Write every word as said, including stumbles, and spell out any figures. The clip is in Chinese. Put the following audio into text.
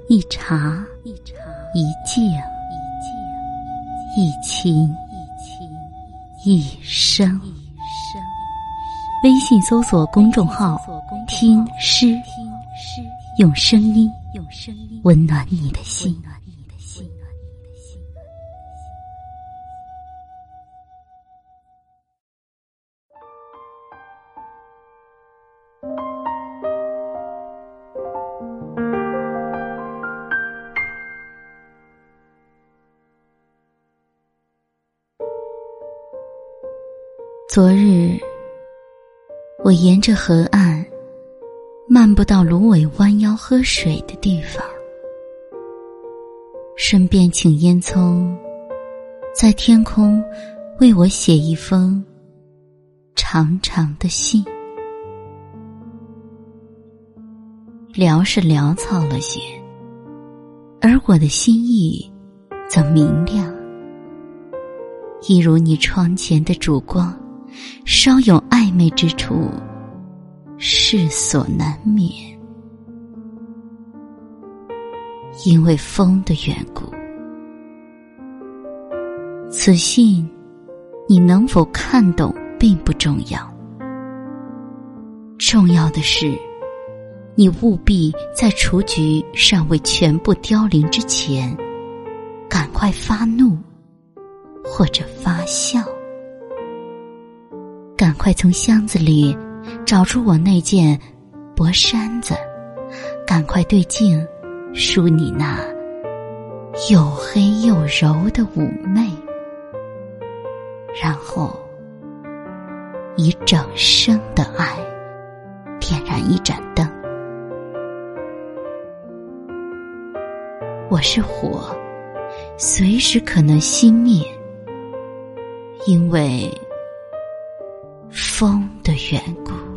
一茶一静，一情一生。微信搜索公众号听诗，用声音温暖你的心。昨日我沿着河岸漫步到芦苇弯腰喝水的地方，顺便请烟囱在天空为我写一封长长的信。潦是潦草了些，而我的心意则明亮，一如你窗前的烛光，稍有暧昧之处，世所难免。因为风的缘故，此信你能否看懂并不重要，重要的是你务必在雏菊尚未全部凋零之前，赶快发怒或者发笑，赶快从箱子里找出我那件薄衫子，赶快对镜梳你那又黑又柔的妩媚，然后以整生的爱点燃一盏灯。我是火，随时可能熄灭，因为风的缘故。